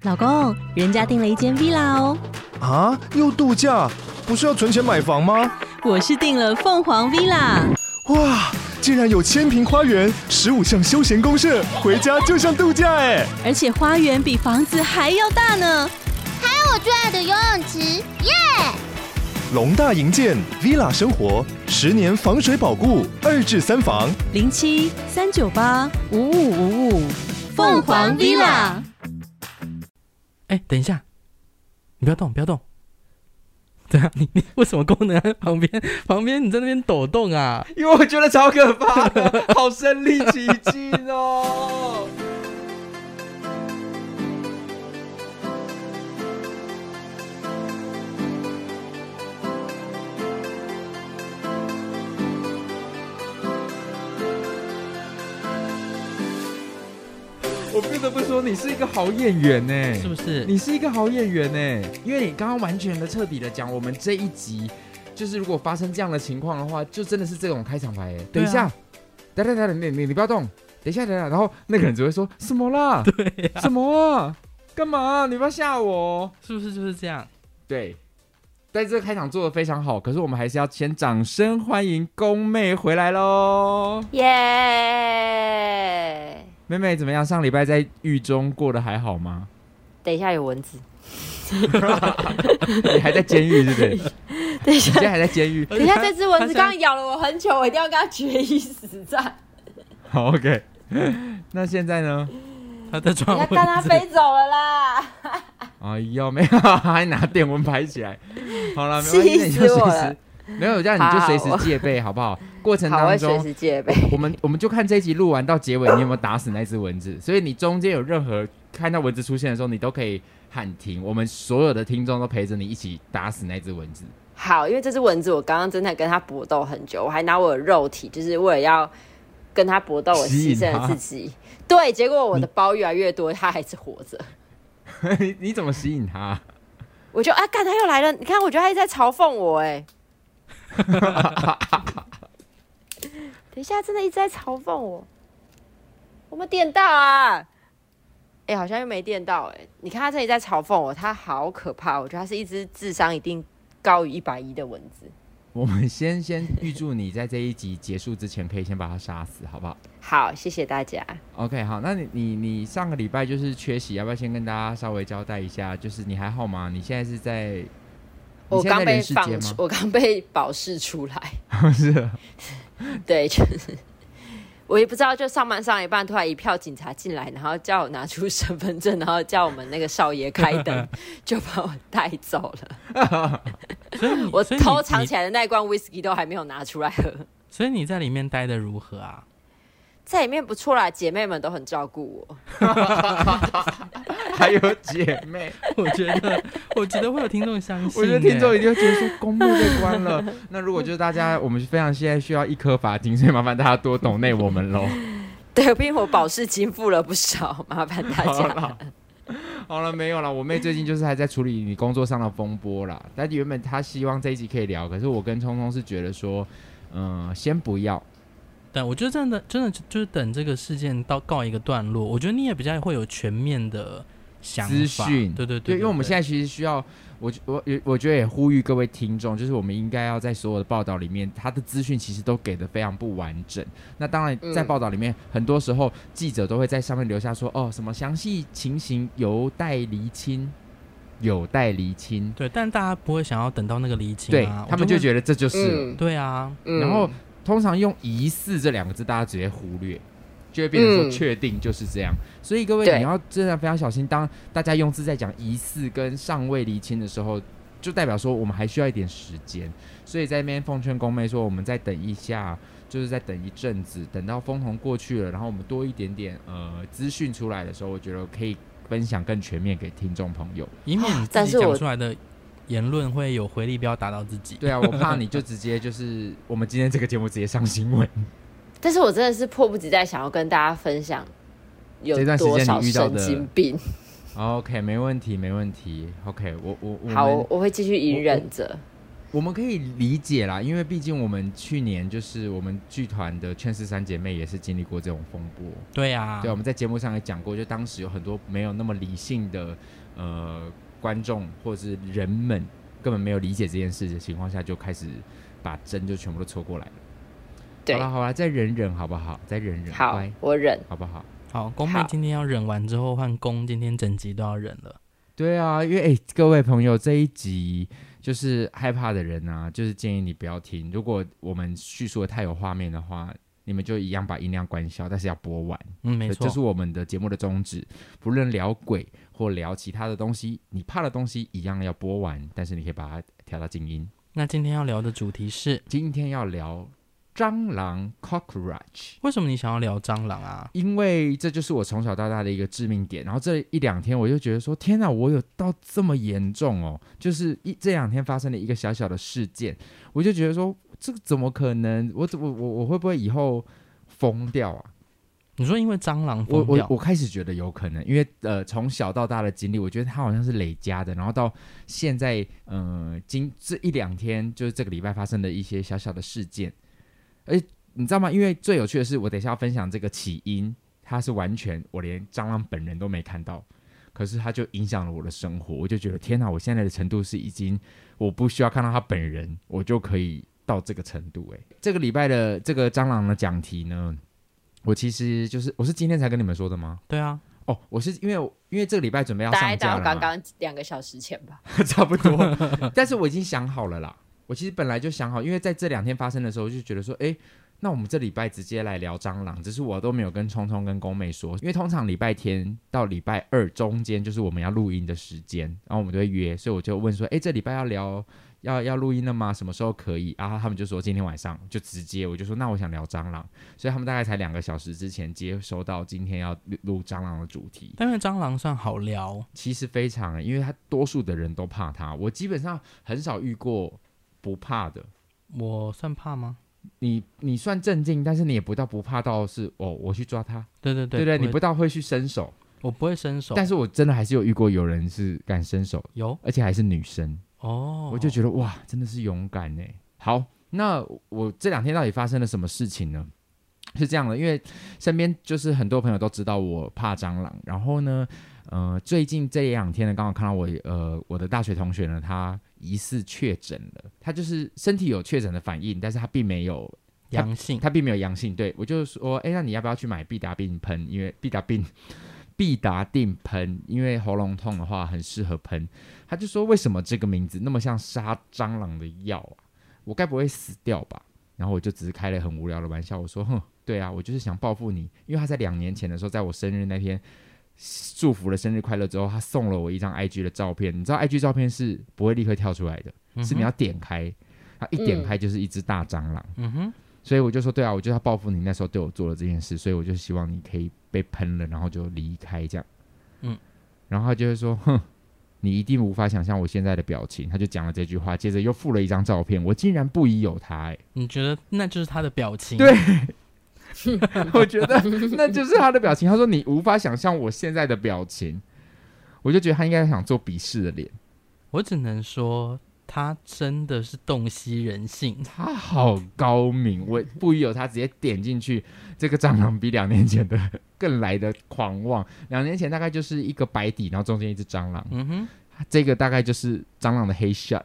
老公，人家订了一间 villa 哦。 啊，又度假？不是要存钱买房吗？ 我是订了凤凰 villa。 哇，竟然有1000坪花园，15项休闲公社，回家就像度假哎！ 而且花园比房子还要大呢。 还有我最爱的游泳池，耶！ 龙大营建 villa 生活，10年防水保固，2至3房 07-398-5555，凤凰 villa。 哎，等一下，你不要动，不要动。对啊，你为什么功能在旁边你在那边抖动啊？ 因为我觉得超可怕的，好身临其境哦。我不得不说，你是一个好演员呢， 是不是？ 你是一个好演员呢，因为你刚刚完全的彻底的讲，我们这一集就是如果发生这样的情况的话，就真的是这种开场白。等一下，等，你不要动，等一下，然后那个人只会说什么啦？ 对啊， 什么啊？干嘛？你不要吓我， 是不是就是这样？ 对。在这个开场做得非常好，可是我们还是要先掌声欢迎宫妹回来咯。 耶！ 妹妹怎么样？上礼拜在狱中过得还好吗？ 等一下有蚊子。 你还在监狱是不是？ 等一下， 你现在还在监狱？ 等一下，这只蚊子刚刚咬了我很久，我一定要跟它决一死战。 好 ，OK。那现在呢？ 他在抓蚊子， 你要看它飞走了啦！ 哎呦，没有，还拿电蚊拍起来。好了，没关系， 气死我了。 没有这样，你就随时戒备，好不好？过程当中， 好，我随时戒备。 我们就看这一集录完到结尾，你有没有打死那只蚊子？所以你中间有任何看到蚊子出现的时候，你都可以喊停。我们所有的听众都陪着你一起打死那只蚊子。 好，因为这只蚊子，我刚刚真的跟它搏斗很久，我还拿我的肉体，就是为了要跟它搏斗，我牺牲了自己。对，结果我的包越来越多，它还是活着。 你怎么吸引它？ 我就干，它又来了！你看，我觉得它一直在嘲讽我，哎。等一下，真的一直在嘲讽我。我没电到啊！好像又没电到哎。你看它这里在嘲讽我，它好可怕！我觉得它是一只智商一定高于110的蚊子。 我们先预祝你在这一集结束之前可以先把它杀死，好不好？ 好，谢谢大家。 OK， 好，那你上个礼拜就是缺席，要不要先跟大家稍微交代一下？就是你还好吗？你现在是在？ 我刚被保释出来。 是啊。 对，就是我也不知道，就上班上一半，突然一票警察进来，然后叫我拿出身份证，然后叫我们那个少爷开灯，就把我带走了。我偷藏起来的那一罐 whisky 都还没有拿出来喝。 所以你在里面待得如何啊？ 在里面不错啦，姐妹们都很照顾我。 还有姐妹， 我觉得会有听众相信。 我觉得听众一定会觉得说公墓被关了。那如果就是大家，我们非常现在需要1颗罚金，所以麻烦大家多抖内我们咯。 对，毕竟我保释金付了不少，麻烦大家。 好了，没有了。我妹最近就是还在处理你工作上的风波啦。但原本她希望这一集可以聊，可是我跟聪聪是觉得说，先不要。 但我觉得真的就是等这个事件告一个段落，我觉得你也比较会有全面的想法资讯。对，因为我们现在其实需要，我觉得也呼吁各位听众，就是我们应该要在所有的报道里面，他的资讯其实都给的非常不完整。那当然，在报道里面，很多时候记者都会在上面留下说，什么详细情形有待厘清。对， 但大家不会想要等到那个厘清啊， 对，他们就觉得这就是对啊， 然后通常用疑似这2个字，大家直接忽略，就会变成说确定就是这样。所以各位你要真的非常小心，当大家用字在讲疑似跟尚未厘清的时候，就代表说我们还需要一点时间。所以在那边奉劝宫妹说，我们再等一下，就是再等一阵子，等到风头过去了，然后我们多一点点资讯出来的时候，我觉得可以分享更全面给听众朋友， 以免你自己讲出来的言论会有回力镖打到自己。 对啊，我怕你就直接就是我们今天这个节目直接上新闻。 但是我真的是迫不及待想要跟大家分享有多少神经病。 OK， 没问题。OK， 好，我会继续隐忍着。 我们可以理解啦，因为毕竟我们去年就是我们剧团的劝世三姐妹也是经历过这种风波。 对啊， 对，我们在节目上也讲过，就当时有很多没有那么理性的观众或者是人们根本没有理解这件事的情况下，就开始把针就全部都戳过来了。 对， 好了好了，再忍忍好不好？再忍忍， 好， 乖， 我忍， 好不好？ 好，宫妹今天要忍完之后，换宫今天整集都要忍了。 对啊，因为各位朋友，这一集就是害怕的人啊，就是建议你不要听。如果我们叙述的太有画面的话，你们就一样把音量关小，但是要播完。 没错， 这是我们的节目的宗旨。不论聊鬼或聊其他的东西，你怕的东西一样要播完，但是你可以把它调到静音。 那今天要聊的主题是， 今天要聊蟑螂 cockroach。 为什么你想要聊蟑螂啊？ 因为这就是我从小到大的一个致命点，然后这一两天我就觉得说，天哪，我有到这么严重哦，就是这两天发生了一个小小的事件，我就觉得说，这个怎么可能？我会不会以后疯掉啊？ 你说因为蟑螂疯掉？ 我开始觉得有可能，因为从小到大的经历，我觉得它好像是累加的，然后到现在这一两天，就是这个礼拜发生的一些小小的事件。你知道吗？因为最有趣的是，我等一下要分享这个起因，它是完全我连蟑螂本人都没看到，可是它就影响了我的生活。我就觉得天哪，我现在的程度是已经我不需要看到他本人，我就可以到这个程度。这个礼拜的这个蟑螂的讲题呢，我其实我是今天才跟你们说的吗？ 对啊。 哦，我是因为这个礼拜准备要上架了嘛， 大概到刚刚2个小时前吧， 差不多。但是我已经想好了啦。我其实本来就想好，因为在这两天发生的时候，我就觉得说，那我们这礼拜直接来聊蟑螂，只是我都没有跟聪聪跟宫妹说，因为通常礼拜天到礼拜二中间就是我们要录音的时间，然后我们就会约，所以我就问说，这礼拜要聊要录音了吗？什么时候可以？然后他们就说今天晚上，就直接我就说那我想聊蟑螂，所以他们大概才2个小时之前接收到今天要录蟑螂的主题。 但是蟑螂算好聊， 其实非常，因为他多数的人都怕它，我基本上很少遇过不怕的。 我算怕吗？ 你算镇静，但是你也不到不怕到是我去抓它。 对， 你不到会去伸手。 我不会伸手， 但是我真的还是有遇过有人是敢伸手， 有， 而且还是女生哦， 我就觉得哇，真的是勇敢耶。好，那我这两天到底发生了什么事情呢？是这样的，因为身边就是很多朋友都知道我怕蟑螂，然后呢，最近这两天呢，刚好看到我的大学同学呢，他疑似确诊了，他就是身体有确诊的反应，但是他并没有阳性， 他并没有阳性。对，我就说，那你要不要去买必达病喷？因为必达定喷，因为喉咙痛的话很适合喷。他就说，为什么这个名字那么像杀蟑螂的药啊？我该不会死掉吧？然后我就只是开了很无聊的玩笑，我说，对啊，我就是想报复你，因为他在2年前的时候，在我生日那天祝福了生日快乐之后，他送了我一张 IG 的照片。你知道 IG 照片是不会立刻跳出来的，是你要点开，它一点开就是一只大蟑螂。所以我就说，对啊，我就要报复你那时候对我做了这件事，所以我就希望你可以被喷了，然后就离开这样。然后他就会说，你一定无法想象我现在的表情。他就讲了这句话，接着又附了一张照片，我竟然不疑有他。 你觉得那就是他的表情？ 对。我觉得那就是他的表情。他说你无法想象我现在的表情，我就觉得他应该想做鄙视的脸。 我只能说他真的是洞悉人性， 他好高明。我不疑有他，直接点进去，这个蟑螂比2年前的更来的狂妄。2年前大概就是一个白底，然后中间一只蟑螂。这个大概就是蟑螂的黑 shot。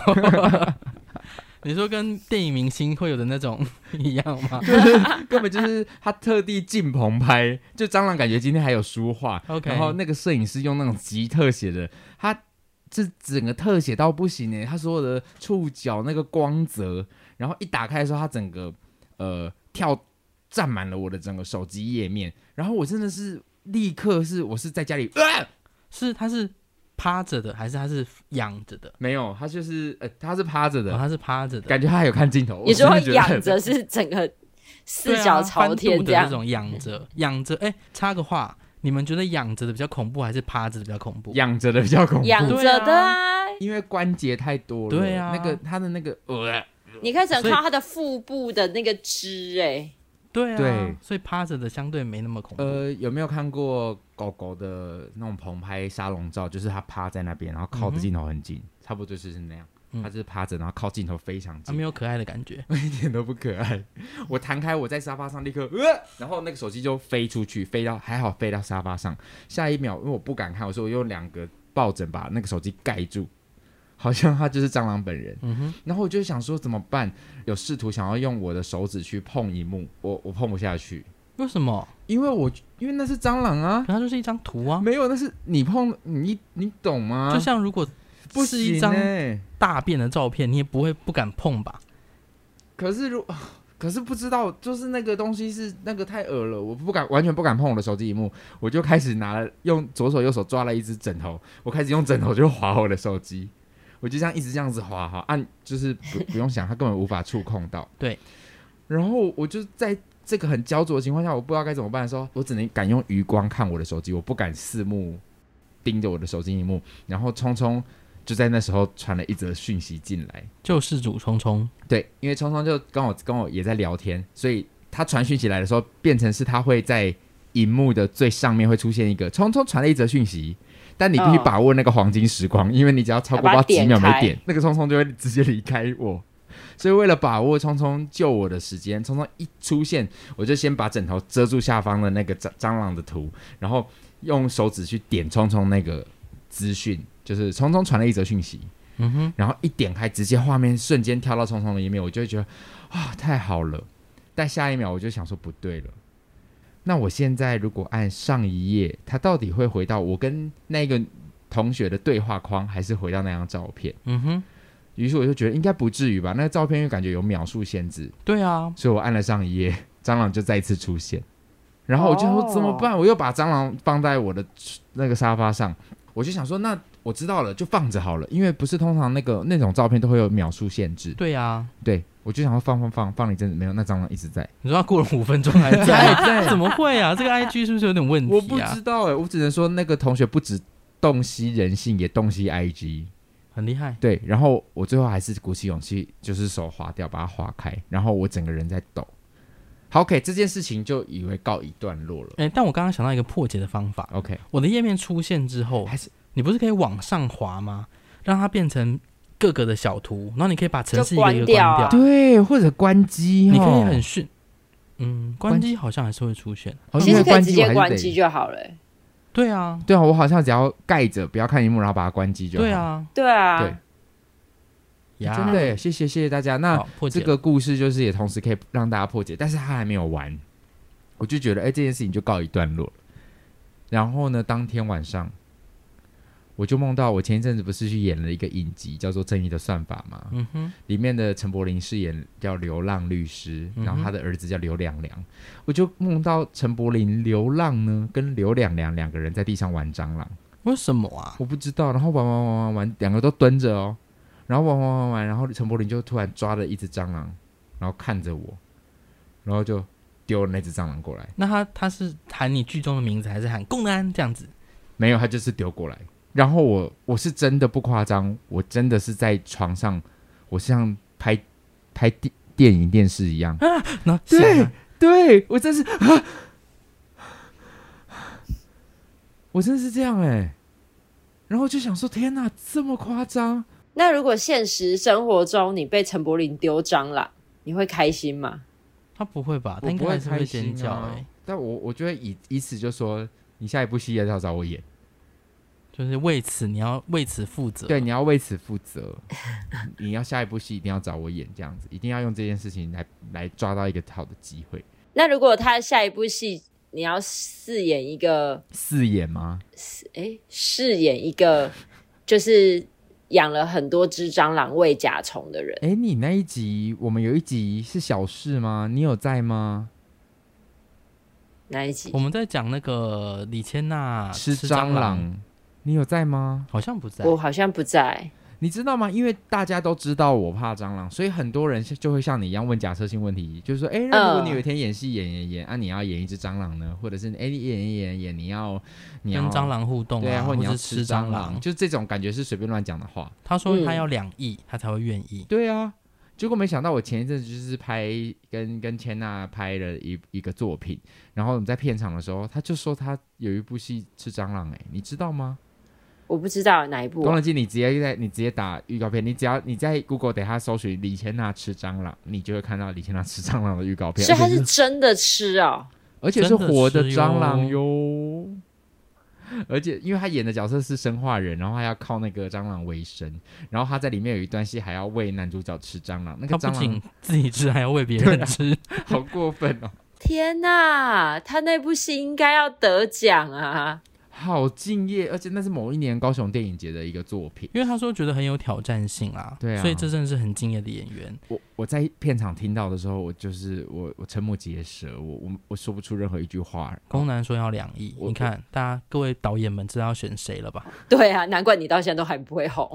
你说跟电影明星会有的那种一样吗？ 就是根本就是他特地进棚拍，就蟑螂感觉今天还有书画。然后那个摄影师用那种极特写的，他这整个特写到不行耶，他所有的触角那个光泽，然后一打开的时候，他整个占满了我的整个手机页面，然后我真的是立刻我是在家里， 他是趴着的还是他是仰着的？ 没有，他就是他是趴着的。 他是趴着的， 感觉他还有看镜头。 你说仰着是整个四脚朝天这样？ 翻肚的这种仰着。插个话，你们觉得仰着的比较恐怖，还是趴着的比较恐怖？ 仰着的比较恐怖。 仰着的啊， 因为关节太多了。 对啊， 他的那个你可以只能看到他的腹部的那个汁对啊， 对， 所以趴着的相对没那么恐怖。 有没有看过狗狗的那种棚拍沙龙照？就是它趴在那边，然后靠的镜头很近，差不多就是那样。 他就是趴着，然后靠镜头非常近， 没有可爱的感觉， 一点都不可爱。我弹开，我在沙发上立刻，然后那个手机就飞出去，还好飞到沙发上。下一秒，因为我不敢看，我说我用2个抱枕把那个手机盖住，好像他就是蟑螂本人。然后我就想说怎么办？有试图想要用我的手指去碰萤幕，我碰不下去。 为什么？ 因为那是蟑螂啊， 可它就是一张图啊。 没有，那是你碰你懂吗？ 就像如果不是一张大便的照片，你也不敢碰吧？可是不知道，就是那个东西是那个太恶了，我完全不敢碰我的手机萤幕，我就开始用左手右手抓了一只枕头，我开始用枕头就滑我的手机，我就一直这样子滑，按就是不用想，它根本无法触控到。 对， 然后我就在这个很焦灼的情况下，我不知道该怎么办的时候，我只能敢用余光看我的手机，我不敢四目盯着我的手机萤幕。然后聪聪就在那时候传了一则讯息进来， 救世主聪聪。 对，因为聪聪就跟我也在聊天，所以他传讯息来的时候，变成是他会在萤幕的最上面会出现一个聪聪传了一则讯息，但你必须把握那个黄金时光，因为你只要超过不知道几秒没点，那个聪聪就会直接离开我。所以为了把握聪聪救我的时间，聪聪一出现，我就先把枕头遮住下方的那个蟑螂的图，然后用手指去点聪聪那个资讯，就是聪聪传了一则讯息，然后一点开，直接画面瞬间跳到聪聪的页面，我就会觉得太好了。但下一秒我就想说不对了，那我现在如果按上一页，它到底会回到我跟那个同学的对话框，还是回到那张照片？于是我就觉得应该不至于吧，那个照片又感觉有秒数限制。对啊，所以我按了上一页，蟑螂就再一次出现。然后我就说怎么办？我又把蟑螂放在我的那个沙发上，我就想说那我知道了，就放着好了，因为不是通常那种照片都会有秒数限制。对啊，对，我就想说放了一阵子没有，那蟑螂一直在。你说他过了5分钟还在？怎么会啊？这个 IG 是不是有点问题啊？我不知道我只能说那个同学不止洞悉人性，也洞悉 IG。很厉害。对，然后我最后还是鼓起勇气，就是手滑掉，把它划开，然后我整个人在抖。好 ，OK， 这件事情就以为告一段落了。但我刚刚想到一个破解的方法。OK， 我的页面出现之后，你不是可以往上滑吗？让它变成各个的小图，然后你可以把程式一个一个关掉。对，或者关机。你可以很迅，关机好像还是会出现。 其实可以直接关机就好了。 对啊，我好像只要盖着不要看萤幕，然后把它关机就好。对啊，真的耶，谢谢大家。那这个故事就是也同时可以让大家破解，但是他还没有完，我就觉得这件事情就告一段落了。然后呢，当天晚上我就梦到我前一阵子不是去演了一个影集叫做《正义的算法》嘛，里面的陈柏霖饰演叫流浪律师，然后他的儿子叫刘两良，我就梦到陈柏霖流浪呢跟刘两良2个人在地上玩蟑螂。为什么啊？我不知道。然后玩2个都蹲着哦，然后玩，然后陈柏霖就突然抓了一只蟑螂，然后看着我，然后就丢了那只蟑螂过来。那他是喊你剧中的名字，还是喊公安这样子？没有，他就是丢过来。然后我是真的不夸张，我真的是在床上，我像拍电影电视一样。对，我真是我真的是这样然后就想说天哪，这么夸张？ 那如果现实生活中你被陈柏霖丢蟑螂，你会开心吗？ 他不会吧？他应该还是会尖叫但我就会以此就说，你下一部戏要找我演。 就是为此你要为此负责。 对，你要为此负责。你要下一部戏一定要找我演，这样子一定要用这件事情来抓到一个好的机会。 那如果他下一部戏你要饰演一个饰演吗？ 饰演一个就是养了很多只蟑螂喂甲虫的人。 你那一集我们有一集是小事吗？你有在吗？ 哪一集？ 我们在讲那个李千娜吃蟑螂。你有在吗？ 好像不在。 我好像不在。 你知道吗？因为大家都知道我怕蟑螂，所以很多人就会像你一样问假设性问题，就是说那如果你有一天演戏演你要演一只蟑螂呢？或者是你演你要跟蟑螂互动对啊，或者你要吃蟑螂，就这种感觉是随便乱讲的话。 他说他要2亿他才会愿意。 对啊，结果没想到我前一阵子就是跟千娜拍了一个作品，然后我们在片场的时候，他就说他有一部戏吃蟑螂你知道吗？ 我不知道哪一部、 宫仁记你直接打预告片，你在 Google 等下搜寻李千娜吃蟑螂，你就会看到李千娜吃蟑螂的预告片， 所以它是真的吃哦， 而且是活的蟑螂哟。而且因为他演的角色是生化人，然后他要靠那个蟑螂为生，然后他在里面有一段戏还要喂男主角吃蟑螂，那个蟑螂他不仅自己吃，还要喂别人吃， 好过分哦！ 天哪，他那部戏应该要得奖啊！ 好敬业，而且那是某一年高雄电影节的一个作品， 因为他说觉得很有挑战性啦， 对啊， 所以这真的是很敬业的演员。 我在片场听到的时候，我瞠目结舌，我说不出任何一句话。 宫南说要2亿，你看各位导演们知道要选谁了吧？ 对啊，难怪你到现在都还不会红。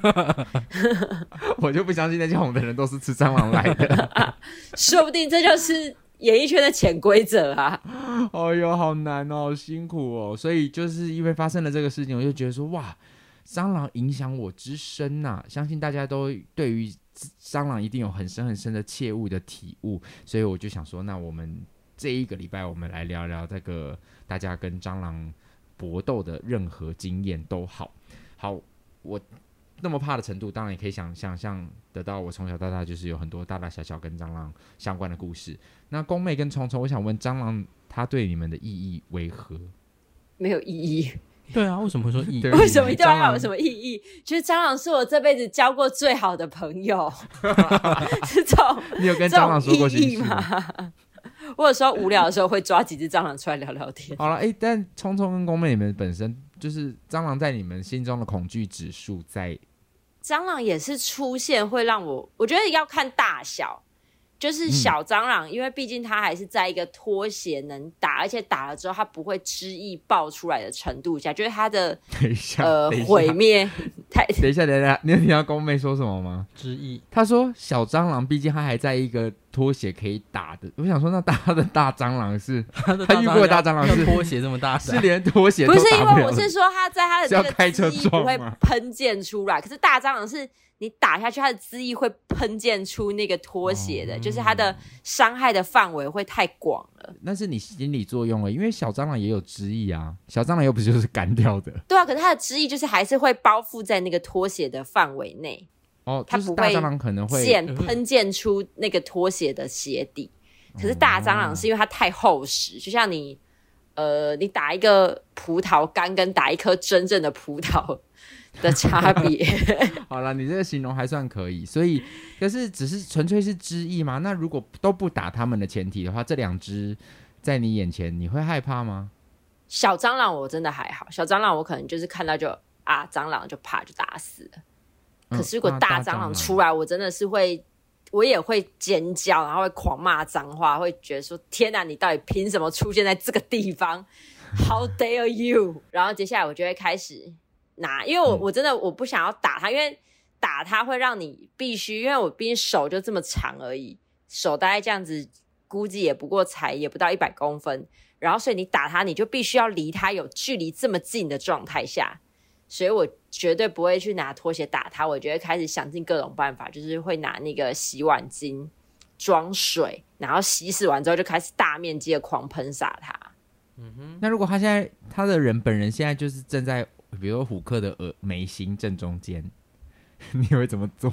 我就不相信那些红的人都是吃蟑螂来的， 说不定这就是演艺圈的潜规则啊！ 哎呦，好难哦，好辛苦哦。所以就是因为发生了这个事情，我就觉得说，哇，蟑螂影响我之深呐、相信大家都对于蟑螂一定有很深很深的切悟的体悟。所以我就想说，那我们这一个礼拜，我们来聊聊这个大家跟蟑螂搏斗的任何经验都好。好，我那么怕的程度，当然也可以想象得到，我从小到大就是有很多大大小小跟蟑螂相关的故事。那宫妹跟虫虫，我想问蟑螂它对你们的意义为何？ 没有意义。 对啊，为什么会说意义？ 为什么一定要有什么意义？就是蟑螂是我这辈子交过最好的朋友，是这种你有跟蟑螂说过心事吗？我有时候无聊的时候会抓几只蟑螂出来聊聊天。 好了，但聪聪跟宫妹，你们本身就是蟑螂在你们心中的恐惧指数在？ 蟑螂也是出现会让我觉得要看大小。就是小蟑螂，因为毕竟它还是在一个拖鞋能打，而且打了之后它不会汁液爆出来的程度下，就是它的毁灭太。 等一下，你有听到宫妹说什么吗？ 汁液。 她说小蟑螂毕竟它还在一个拖鞋可以打的，我想说那他的大蟑螂是他遇过的大蟑螂是拖鞋这么大， 是连拖鞋都不打不了的。 是因为我是说它在它的这个汁液不会喷溅出来，可是大蟑螂是。你打下去，它的汁液会喷溅出那个拖鞋的，就是它的伤害的范围会太广了。 那是你心理作用了，因为小蟑螂也有汁液啊，小蟑螂又不是就是干掉的。 对啊，可是它的汁液就是还是会包覆在那个拖鞋的范围内。 哦，它不会大蟑螂可能会喷溅出那个拖鞋的鞋底，可是大蟑螂是因为它太厚实，就像你打一个葡萄干跟打一颗真正的葡萄的差别。 好了，你这个形容还算可以，所以可是只是纯粹是汁液吗？那如果都不打他们的前提的话，这2只在你眼前，你会害怕吗？ 小蟑螂我真的还好，小蟑螂我可能就是看到就蟑螂就怕就打死了。可是如果大蟑螂出来，我真的是我也会尖叫，然后会狂骂脏话，会觉得说天哪，你到底凭什么出现在这个地方？How dare you！ 然后接下来我就会开始拿，因为我真的我不想要打它，因为打它会让你必须，因为我毕竟手就这么长而已，手大概这样子，估计也不到100公分，然后所以你打它，你就必须要离它有距离这么近的状态下，所以我绝对不会去拿拖鞋打它，我就会开始想尽各种办法，就是会拿那个洗碗巾装水，然后稀释完之后就开始大面积的狂喷洒它。 那如果他的人本人现在就是正在比如说虎克的眉心正中间，你会怎么做？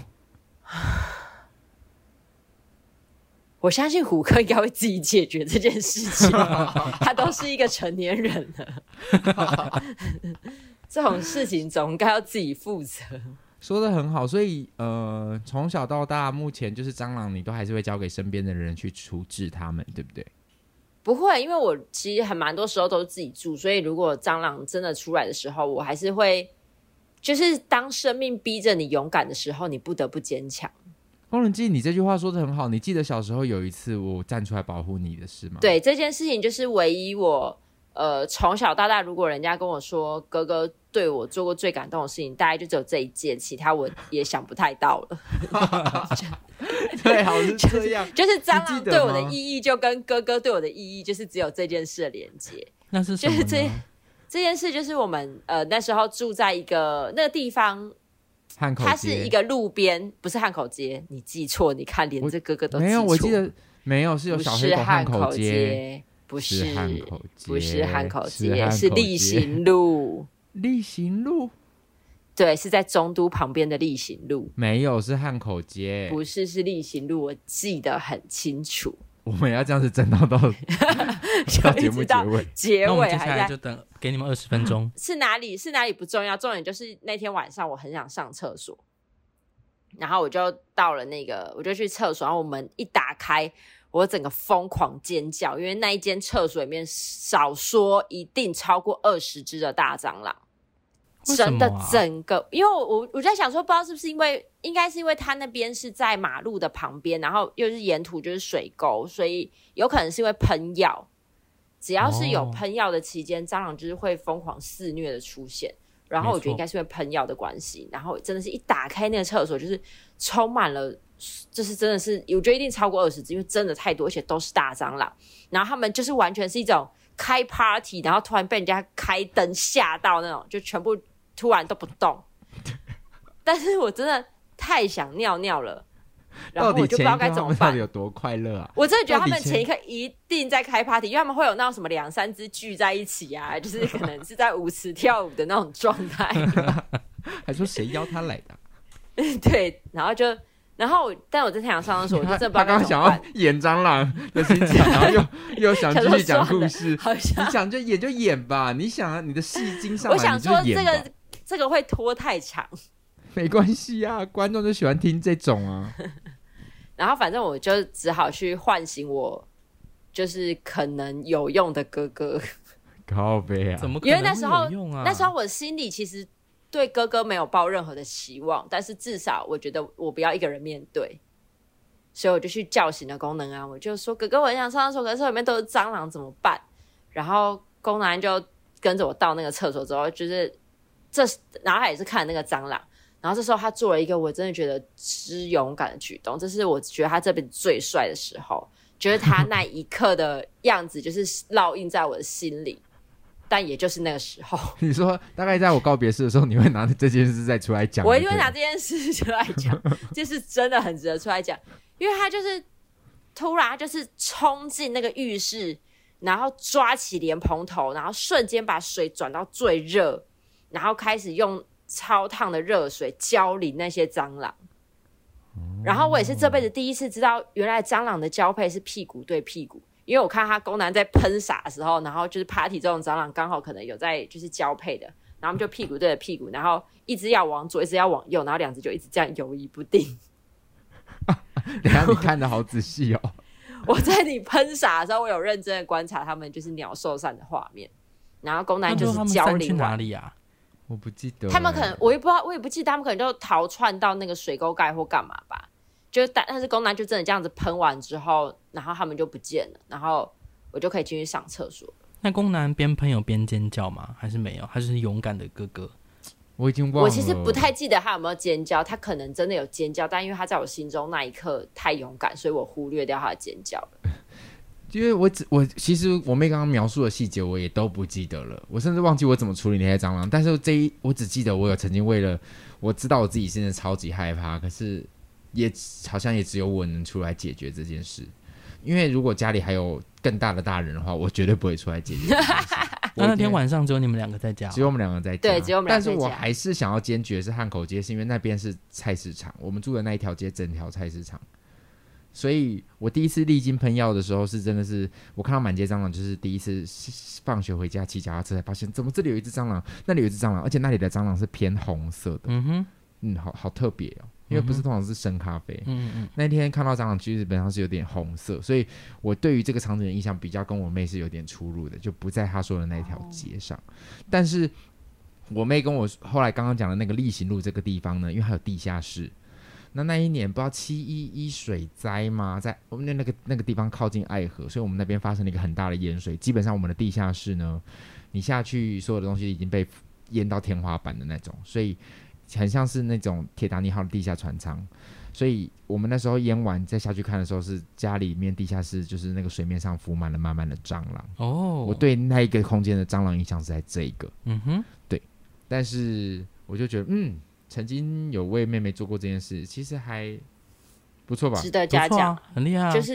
我相信虎克应该会自己解决这件事情，他都是一个成年人了，这种事情总应该要自己负责。 说得很好，所以从小到大，目前就是蟑螂，你都还是会交给身边的人去处置他们，对不对？ 不会，因为我其实还蛮多时候都是自己住，所以如果蟑螂真的出来的时候，我还是会，就是当生命逼着你勇敢的时候，你不得不坚强。 宫仁记，你这句话说得很好，你记得小时候有一次我站出来保护你的事吗？ 对，这件事情就是唯一我从小到大，如果人家跟我说哥哥对我做过最感动的事情，大概就只有这一件，其他我也想不太到了。 对，好是这样， 就是蟑螂对我的意义，就跟哥哥对我的意义，就是只有这件事的连接。 那是什么呢？ 就是这件事，就是我们那时候住在一个那个地方， 汉口街， 它是一个路边，不是汉口街，你记错，你看连这哥哥都记错。 没有，我记得没有，是有小黑狗汉口街， 不是汉口街， 不是汉口街，是力行路。 力行路对，是在中都旁边的力行路， 没有，是汉口街。 不是，是力行路，我记得很清楚。 我们要这样子争到节目结尾， 结那我们尾还在接下来就等给你们20分钟。 是哪里不重要，重点就是那天晚上我很想上厕所，然后我就到了我就去厕所，然后我门一打开，我整个疯狂尖叫，因为那一间厕所里面少说一定超过20只的大蟑螂。真的整个，因为我在想说，不知道是不是应该是因为它那边是在马路的旁边，然后又是沿途就是水沟，所以有可能是因为喷药。只要是有喷药的期间，蟑螂就是会疯狂肆虐的出现。然后我觉得应该是因为喷药的关系，然后真的是一打开那个厕所，就是充满了，就是真的是我觉得一定超过20只，因为真的太多，而且都是大蟑螂。然后他们就是完全是一种开 party， 然后突然被人家开灯吓到那种，就全部突然都不动。但是我真的太想尿尿了，然后我就不知道该怎么办。 到底有多快乐啊！ 我真的觉得他们前一刻一定在开 party， 因为他们会有那种什么2-3只聚在一起啊，就是可能是在舞池跳舞的那种状态。 还说谁邀他来的？ 对，然后但我在太阳上的时候，我就真的不知道他刚刚想要演蟑螂的心情，然后又想继续讲故事。你想就演吧，你想啊，你的戏精上来， 我想说你就演吧。 这个会拖太长， 没关系啊，观众就喜欢听这种啊。 然后反正我就只好去唤醒我就是可能有用的哥哥。 靠北啊！ 怎么可能会有用啊？ 因为那时候我心里其实对哥哥没有抱任何的期望，但是至少我觉得我不要一个人面对，所以我就去叫醒了功能安，我就说哥哥，我很想上厕所，可是厕所里面都是蟑螂怎么办？然后功能安就跟着我到那个厕所之后，就是然后他也是看那个蟑螂，然后这时候他做了一个我真的觉得之勇敢的举动，这是我觉得他这辈子最帅的时候，觉得他那一刻的样子就是烙印在我的心里。但也就是那个时候， 你说大概在我告别式的时候，你会拿着这件事再出来讲？ 我一定会拿这件事出来讲，这是真的很值得出来讲，因为他就是突然他就是冲进那个浴室，然后抓起莲蓬头，然后瞬间把水转到最热，然后开始用超烫的热水浇淋那些蟑螂。然后我也是这辈子第一次知道，原来蟑螂的交配是屁股对屁股。因为我看他公男在喷洒的时候，然后就是 party 这种蟑螂刚好可能有在就是交配的，然后他们就屁股对着屁股，然后一只要往左，一只要往右，然后两只就一直这样游移不定。 等一下你看得好仔细哦。 我在你喷洒的时候，我有认真的观察他们就是鸟兽散的画面，然后公男就是交零去哪里啊？ 我不记得。 他们可能我也不知道，我也不记得他们可能就逃窜到那个水沟盖或干嘛吧。但是公男就真的这样子喷完之后，然后他们就不见了，然后我就可以进去上厕所。 那公男边喷有边尖叫吗？还是没有？他就是勇敢的哥哥。 我已经忘了。 我其实不太记得他有没有尖叫，他可能真的有尖叫，但因为他在我心中那一刻太勇敢，所以我忽略掉他的尖叫了。 因为我其实我妹刚刚描述的细节我也都不记得了，我甚至忘记我怎么处理那些蟑螂。但是我只记得我有曾经为了我知道我自己现在超级害怕，可是也好像也只有我能出来解决这件事。因为如果家里还有更大的大人的话，我绝对不会出来解决这件事。 那天晚上只有你们两个在家？ 只有我们两个在家。 对，只有我们两个在家。 但是我还是想要坚决是汉口街，是因为那边是菜市场，我们住的那一条街整条菜市场。所以我第一次历经喷药的时候，是真的是我看到满街蟑螂，就是第一次放学回家骑脚踏车才发现，怎么这里有一只蟑螂，那里有一只蟑螂，而且那里的蟑螂是偏红色的。好特别哦，因为不是通常是深咖啡。那天看到蟑螂基本上是有点红色，所以我对于这个场景的印象比较跟我妹是有点出入的，就不在她说的那条街上。但是我妹跟我后来刚刚讲的那个力行路这个地方呢，因为还有地下室。那一年不知道711水灾吗？在我们那个地方靠近爱河，所以我们那边发生了一个很大的淹水。基本上我们的地下室呢，你下去所有的东西已经被淹到天花板的那种，所以很像是那种铁达尼号的地下船舱。所以我们那时候淹完再下去看的时候，是家里面地下室就是那个水面上浮满了满满的蟑螂。我对那一个空间的蟑螂印象是在这一个。对。但是我就觉得曾经有为妹妹做过这件事，其实还不错吧， 值得嘉奖。 很厉害。 就是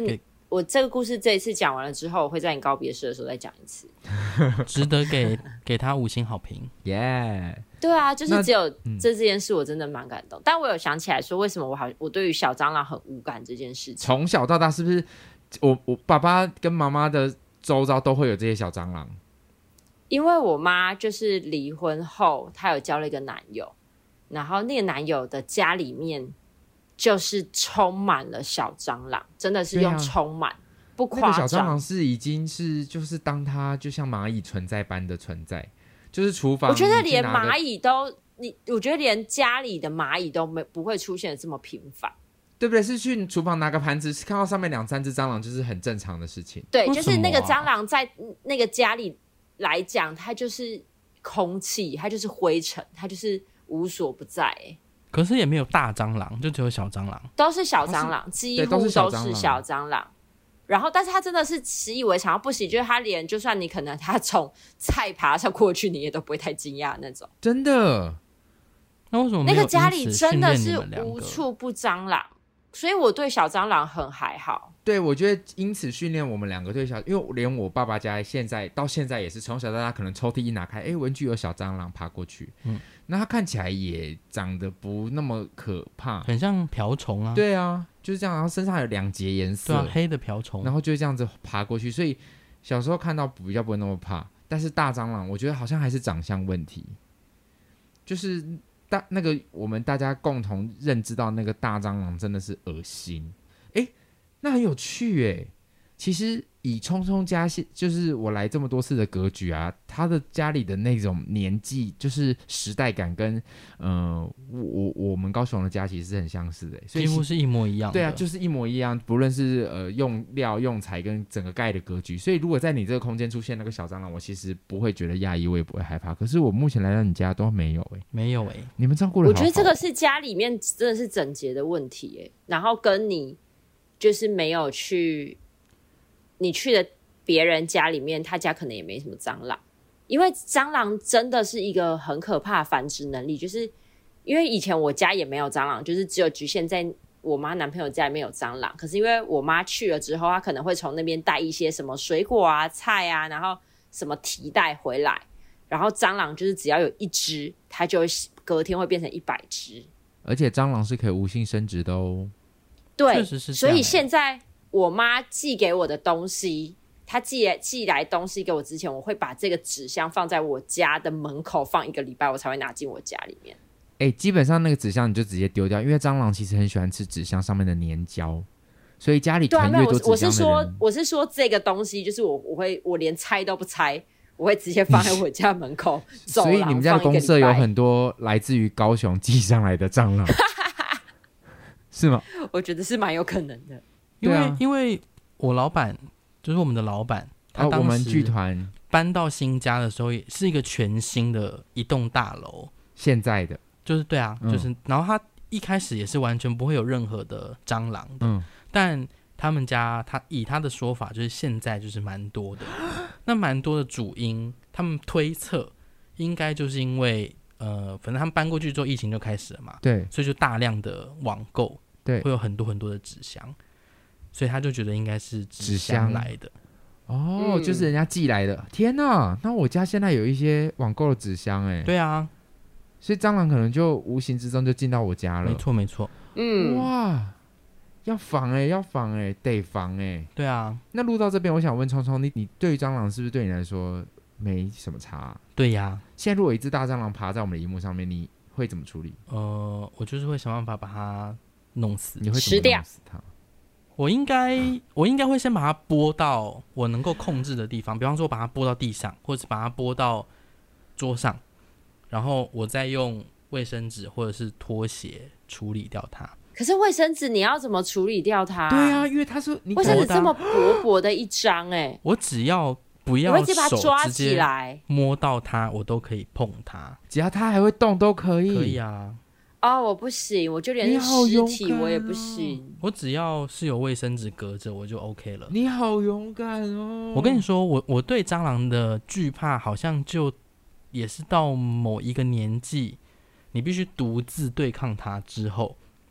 我这个故事这一次讲完了之后，我会在你告别式的时候再讲一次。 值得给他5星好评。 耶！ 对啊，就是只有这件事我真的蛮感动。但我有想起来说，为什么我对于小蟑螂很无感这件事情。 从小到大是不是我爸爸跟妈妈的周遭都会有这些小蟑螂？ 因为我妈就是离婚后，她有交了一个男友，然后那个男友的家里面就是充满了小蟑螂，真的是用充满。不夸张， 那个小蟑螂是已经是就是当它就像蚂蚁存在般的存在，就是厨房。 我觉得连蚂蚁都我觉得连家里的蚂蚁都不会出现的这么频繁， 对不对？是去厨房拿个盘子，看到上面2-3只蟑螂，就是很正常的事情。 对，就是那个蟑螂在那个家里来讲，它就是空气，它就是灰尘，它就是无所不在。 可是也没有大蟑螂，就只有小蟑螂， 都是小蟑螂，几乎都是小蟑螂。然后，但是他真的是习以为常，不行，就是他连就算你可能他从菜爬上过去，你也都不会太惊讶那种。 真的？ 那为什么没有那个家里真的是因此训练你们两个无处不蟑螂？所以我对小蟑螂很还好。 对，我觉得因此训练我们2个对小，因为连我爸爸家到现在也是从小到大，可能抽屉一拿开，文具有小蟑螂爬过去，那它看起来也长得不那么可怕， 很像瓢虫啊。 对啊，就是这样，然后身上有2节颜色， 对啊，黑的瓢虫， 然后就这样子爬过去，所以小时候看到比较不会那么怕。但是大蟑螂，我觉得好像还是长相问题，就是那个我们大家共同认知到那个大蟑螂真的是恶心。那很有趣其实以聪聪家就是我来这么多次的格局啊，他的家里的那种年纪就是时代感跟我们高雄的家其实是很相似的，所以几乎是一模一样的。 对啊，就是一模一样，不论是用料用材跟整个盖的格局。所以如果在你这个空间出现那个小蟑螂，我其实不会觉得讶异，我也不会害怕。可是我目前来到你家都没有没有你们照顾得好好。 我觉得这个是家里面真的是整洁的问题然后跟你就是没有你去的别人家里面，他家可能也没什么蟑螂，因为蟑螂真的是一个很可怕的繁殖能力，就是因为以前我家也没有蟑螂，就是只有局限在我妈男朋友家里面有蟑螂，可是因为我妈去了之后，她可能会从那边带一些什么水果啊、菜啊，然后什么提带回来，然后蟑螂就是只要有1只，它就会隔天会变成100只， 而且蟑螂是可以无性生殖的哦。 对， 确实是这样所以现在我妈寄给我的东西，她寄来东西给我之前，我会把这个纸箱放在我家的门口放1个礼拜，我才会拿进我家里面。 基本上那个纸箱你就直接丢掉，因为蟑螂其实很喜欢吃纸箱上面的粘胶，所以家里囤越多纸箱的人。 我是说这个东西，就是我连拆都不拆，我会直接放在我家门口走廊。 所以你们家的公社有很多来自于高雄寄上来的蟑螂，是吗？ 我觉得是蛮有可能的。 因为我老板就是我们的老板，他当时我们剧团搬到新家的时候，也是一个全新的一栋大楼， 现在的就是对啊，就是然后他一开始也是完全不会有任何的蟑螂的，但他们家以他的说法，就是现在就是蛮多的，那蛮多的主因，他们推测应该就是因为反正他们搬过去之后，疫情就开始了嘛， 对， 所以就大量的网购， 对， 会有很多很多的纸箱。所以他就觉得应该是纸箱来的就是人家寄来的。天哪，那我家现在有一些网购的纸箱对啊， 所以蟑螂可能就无形之中就进到我家了。 没错没错。 哇，要防得防对啊。 那录到这边，我想问聪聪，你对于蟑螂是不是对你来说没什么差对呀。 现在如果一只大蟑螂爬在我们的萤幕上面，你会怎么处理？ 我就是会想办法把它弄死。 你会怎么弄死它？ 我应该会先把它拨到我能够控制的地方，比方说把它拨到地上，或者是把它拨到桌上，然后我再用卫生纸或者是拖鞋处理掉它。 可是卫生纸你要怎么处理掉它？ 对啊，因为它是卫生纸这么薄薄的一张我只要不要手直接把它抓起来摸到它，我都可以碰它， 只要它还会动都可以。 可以啊。 我不行，我就连尸体我也不行。 我只要是有卫生纸隔着，我就 OK 了。 你好勇敢哦！ 我跟你说，我对蟑螂的惧怕好像就也是到某一个年纪，你必须独自对抗它之后，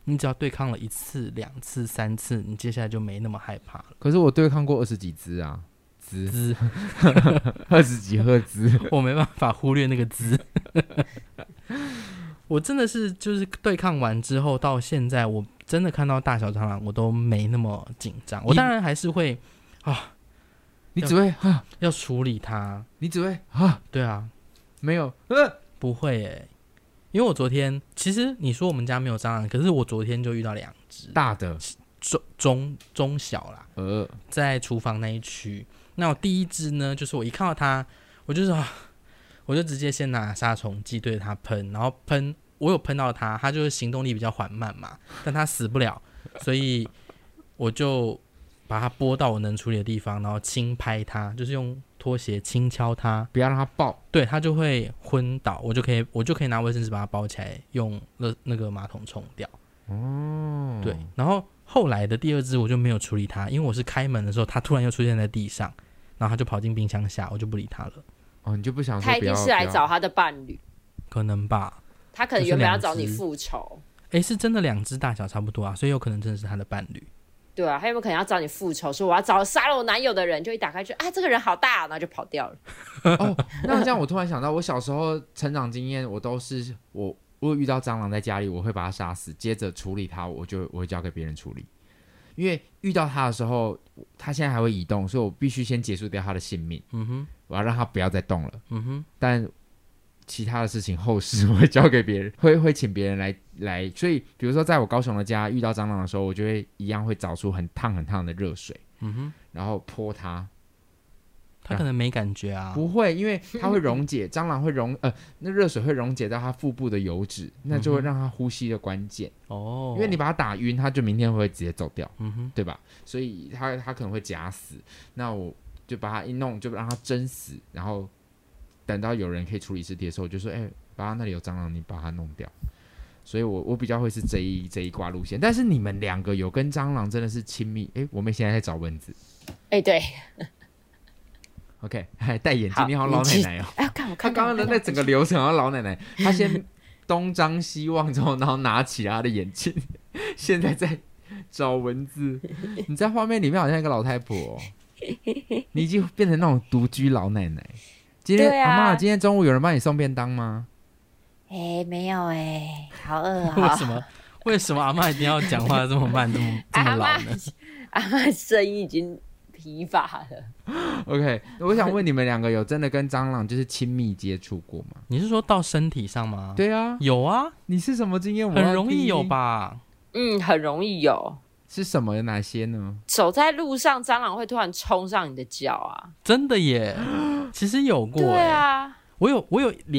你只要对抗了1次、2次、3次，你接下来就没那么害怕了。 可是我对抗过20几只啊，20几赫兹， 我没办法忽略那个兹。我真的是就是对抗完之后到现在，我真的看到大小蟑螂我都没那么紧张。我当然还是会啊， 你只会要处理它。 你只会对啊， 没有不会耶。因为我昨天其实你说我们家没有蟑螂，可是我昨天就遇到2只大的中小啦，在厨房那一区。那我第一只呢，就是我一看到它，我就直接先拿杀虫剂对着它喷，然后我有喷到它，它就是行动力比较缓慢嘛，但它死不了，所以我就把它拨到我能处理的地方，然后轻拍它，就是用拖鞋轻敲它， 不要让它爆， 对，它就会昏倒，我就可以拿卫生纸把它包起来，用那个马桶冲掉。哦，对，然后后来的第2只我就没有处理它，因为我是开门的时候，它突然又出现在地上，然后它就跑进冰箱下，我就不理它了。 哦，你就不想说他一定是来找他的伴侣， 可能吧？ 他可能原本要找你复仇。 是真的2只大小差不多啊，所以有可能真的是他的伴侣。 对啊，他有没有可能要找你复仇？说我要找杀了我男友的人，就一打开就这个人好大，然后就跑掉了。 哦，那这样我突然想到，我小时候成长经验，我都是我遇到蟑螂在家里，我会把它杀死，接着处理它，我会交给别人处理。因为遇到它的时候，它现在还会移动，所以我必须先结束掉它的性命。我要让它不要再动了。但其他的事情后事我会交给别人，会请别人来。所以比如说在我高雄的家遇到蟑螂的时候，我就会一样会找出很烫的热水，然后泼它。 它可能没感觉啊， 不会，因为它会溶解，蟑螂会那热水会溶解到它腹部的油脂，那就会让它呼吸的关键。哦，因为你把它打晕，它就明天会直接走掉，对吧？所以它可能会假死，那我就把它一弄，就让它蒸死，然后等到有人可以处理尸体的时候，我就说，爸爸那里有蟑螂，你把它弄掉。所以我比较会是这一挂路线。但是你们2个有跟蟑螂真的是亲密？我们现在在找蚊子。 对。 OK， 还戴眼镜，你好像老奶奶哦。 我看他刚刚的那整个流程好像老奶奶，他先东张西望之后，然后拿起他的眼镜，现在在找蚊子。你在画面里面好像一个老太婆哦，你已经变成那种独居老奶奶。今天阿嬷，今天中午有人帮你送便当吗？ 没有好饿啊。 为什么阿嬷一定要讲话这么慢，这么老呢？ 阿嬷声音已经疲乏了。 OK， 我想问你们2个有真的跟蟑螂就是亲密接触过吗？ 你是说到身体上吗？ 对啊， 有啊。 你是什么经验？ 很容易有吧？ 很容易有。是什么？有哪些呢？ 走在路上，蟑螂会突然冲上你的脚啊！ 真的耶，其实有过。 对啊， 我有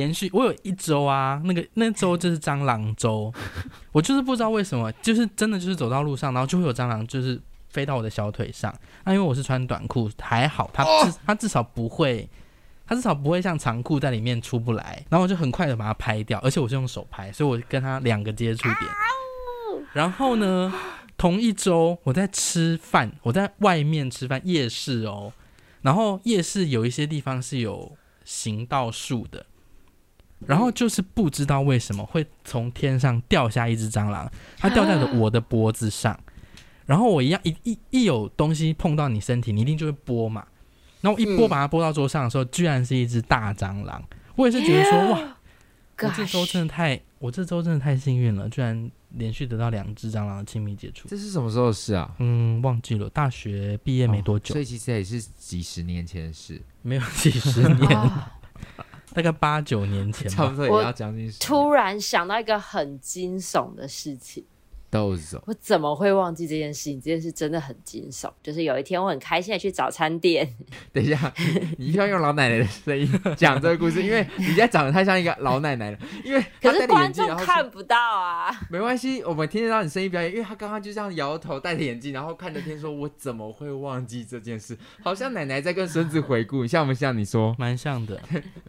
1周啊，那周就是蟑螂周，我就是不知道为什么，就是真的就是走到路上，然后就会有蟑螂就是飞到我的小腿上。那因为我是穿短裤，还好，它至少不会像长裤在里面出不来。然后我就很快的把它拍掉，而且我是用手拍，所以我跟它2个接触点。然后呢，同一周我在吃饭，我在外面吃饭，夜市哦。然后夜市有一些地方是有行道树的，然后就是不知道为什么会从天上掉下一只蟑螂，它掉在了我的脖子上。然后我一样一有东西碰到你身体，你一定就会拨嘛。然后我一拨把它拨到桌上的时候，居然是一只大蟑螂。我也是觉得说，哇，我这周真的太幸运了，居然连续得到2只蟑螂的亲密接触。 这是什么时候的事啊？ 忘记了，大学毕业没多久， 所以其实也是几十年前的事， 没有几十年，大概8、9年前吧， 差不多也要将近。 突然想到一个很惊悚的事情。我怎么会忘记这件事情？这件事真的很惊悚。就是有一天我很开心的去早餐店。 等一下，你要用老奶奶的声音讲这个故事，因为你现在长得太像一个老奶奶了。因为可是观众看不到啊。 没关系，我们听得到你声音表演。因为他刚刚就这样摇头，戴着眼镜，然后看着天说：“我怎么会忘记这件事？”好像奶奶在跟孙子回顾，像不像？你说蛮像的。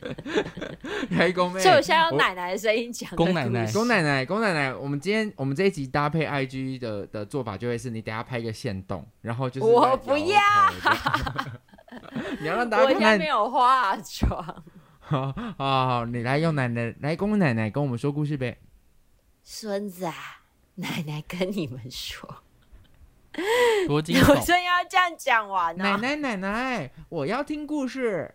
所以我现在用奶奶的声音讲。 公奶奶，我们这一集搭配 IG 的做法就会是你等一下拍一个限动，然后就是我不要， 你要让大家看。 我现在没有化妆。 好，你来用奶奶来公奶奶跟我们说故事呗。 孙子啊， 奶奶跟你们说， 多惊我悚！ 真要这样讲完呢、 奶奶，我要听故事。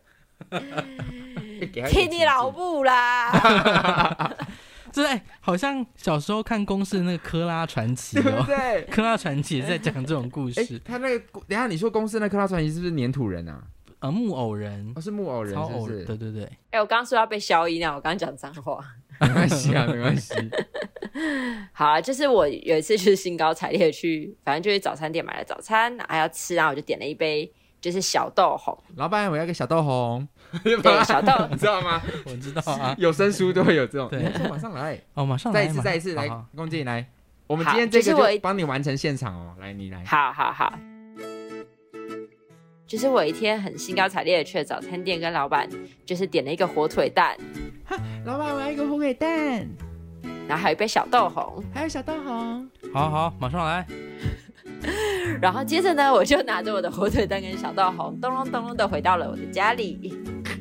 听你老母啦！ 这好像小时候看公视那个科拉传奇对不哦， 对？ 科拉传奇也在讲这种故事。 他那个，等一下你说公司那克拉传奇是不是粘土人啊？ 木偶人， 是木偶人， 超偶人， 是不是？ 对对对。 我刚刚说要被消音啊，我刚刚讲脏话。 没关系啊，没关系。 好啊，就是我有一次就是兴高采烈的去，反正就去早餐店买了早餐，还要吃，然后我就点了一杯就是小豆红。 老板，我要个小豆红。 对，小豆你知道吗？ 我知道啊， 有声书都会有这种。 对， 马上来。 马上来， 再一次来， 好龚静来。我们今天这个就就帮你完成现场哦，来，你来。 好。就是我一天很兴高采烈的去了早餐店，跟老板就是点了一个火腿蛋， 老板，我要一个火腿蛋， 然后还有一杯小豆红， 还有小豆红。 好，马上来。 然后接着呢，我就拿着我的火腿蛋跟小豆红，咚隆咚隆的回到了我的家里。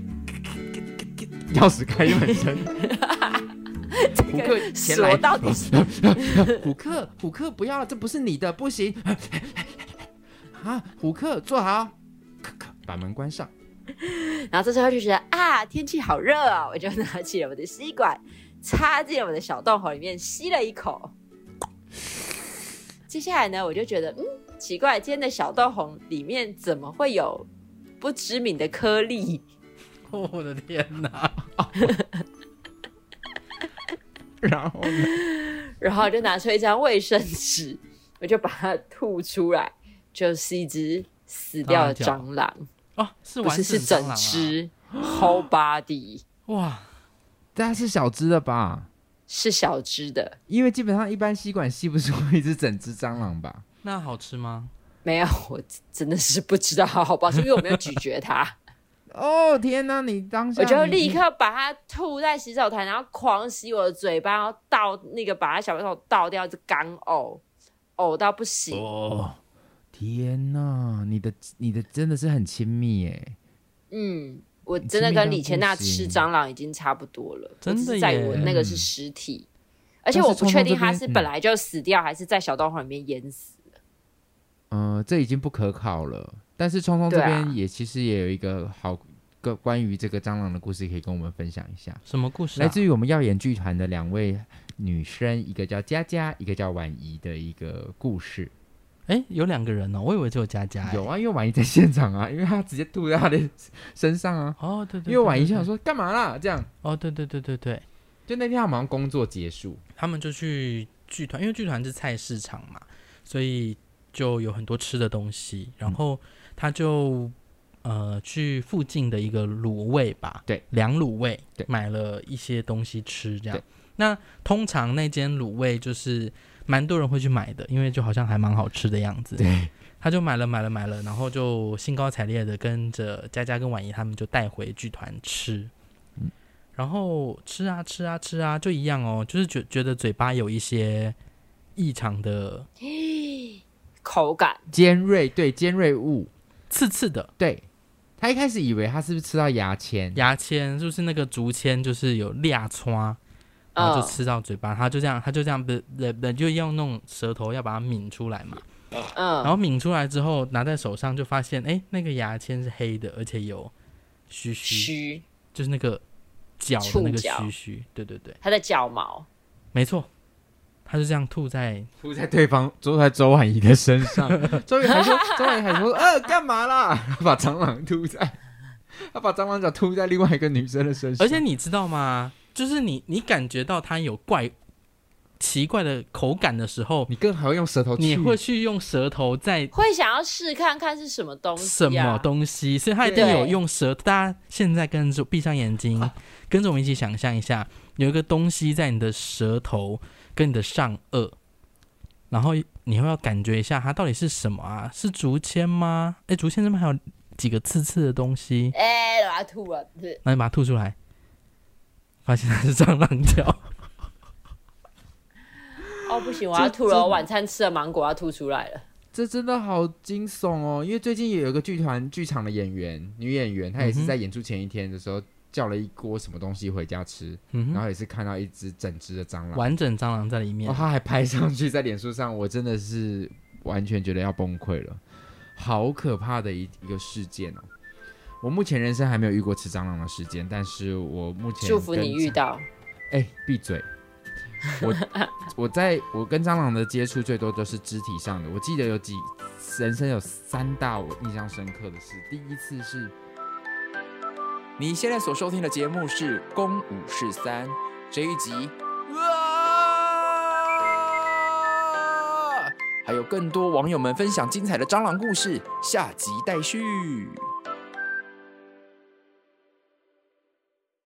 钥匙开门声。虎克前来， 锁到底是虎克不要了，这不是你的，不行。啊，虎克坐好，把门关上。 然后这时候就觉得啊，天气好热啊，我就拿起了我的吸管，插进了我的小豆红里面，吸了一口。接下来呢，我就觉得奇怪，今天的小豆红里面怎么会有不知名的颗粒？ 我的天哪！ 然后呢？ 然后我就拿出一张卫生纸，我就把它吐出来，就是一只死掉的蟑螂。 哦，是不是整只 whole body。 哇， 它是小只的吧？ 是小只的， 因为基本上一般吸管吸不出一只整只蟑螂吧？ 那好吃吗？ 没有，我真的是不知道好不好吃，因为我没有咀嚼它。 哦天哪！你当下我就立刻把它吐在洗手台，然后狂洗我的嘴巴，然后倒那个把它小手倒掉，就干呕，呕到不行。 哦，天哪！你的真的是很亲密耶。 我真的跟李千娜吃蟑螂已经差不多了， 真的耶。 在于我那个是尸体，而且我不确定它是本来就死掉，还是在小豆红里面淹死了。 这已经不可考了。但是聪聪这边也其实也有一个好个关于这个蟑螂的故事可以跟我们分享一下。 什么故事？ 来自于我们耀眼剧团的2位女生，一个叫佳佳，一个叫婉仪的一个故事。 有2个人哦，我以为只有佳佳。 有啊，因为婉仪在现场啊，因为她直接吐在她的身上啊。 哦， 对， 因为婉仪想说干嘛啦这样。 哦，对， 就那天他们好像工作结束， 他们就去剧团，因为剧团是菜市场嘛，所以就有很多吃的东西，然后他就去附近的一个卤味吧， 对， 凉卤味， 对， 买了一些东西吃，这样。那通常那间卤味就是蛮多人会去买的，因为就好像还蛮好吃的样子。 对， 他就买了，然后就兴高采烈的跟着佳佳跟婉仪他们就带回剧团吃。然后吃啊，就一样哦，就是觉得嘴巴有一些异常的口感， 尖锐物， 刺刺的。 对，他一开始以为他是不是吃到牙签， 就是那个竹签，就是有裂穿，然后就吃到嘴巴，他就这样就用那种舌头要把它抿出来嘛。然后抿出来之后拿在手上就发现，那个牙签是黑的，而且有须，就是那个脚的那个须，对， 它的脚毛， 没错，他就这样吐在对方，坐在周婉仪的身上。周婉仪还说干嘛啦？他把蟑螂脚吐在另外一个女生的身上。 而且你知道吗？就是你感觉到它有奇怪的口感的时候， 你更还会用舌头去， 你会去用舌头会想要试看看是什么东西， 所以他一定有用舌。大家现在闭上眼睛，跟着我们一起想象一下，有一个东西在你的舌头跟你的上颚，然后你会要感觉一下它到底是什么啊？是竹签吗？竹签上面还有几个刺刺的东西。 我要吐了， 那你把它吐出来，发现它是蟑螂脚。 不行，我要吐了！我晚餐吃的芒果要吐出来了。 这真的好惊悚哦！因为最近也有一个剧场的女演员，她也是在演出前一天的时候叫了一锅什么东西回家吃，然后也是看到一只整只的蟑螂， 完整蟑螂在里面， 他还拍上去在脸书上，我真的是完全觉得要崩溃了，好可怕的一个事件哦！我目前人生还没有遇过吃蟑螂的事件，但是我目前祝福你遇到。 闭嘴！我跟蟑螂的接触最多都是肢体上的。我记得人生有3大我印象深刻的事。第一次是， 你现在所收听的节目是《公武士3》这一集，还有更多网友们分享精彩的蟑螂故事，下集待续。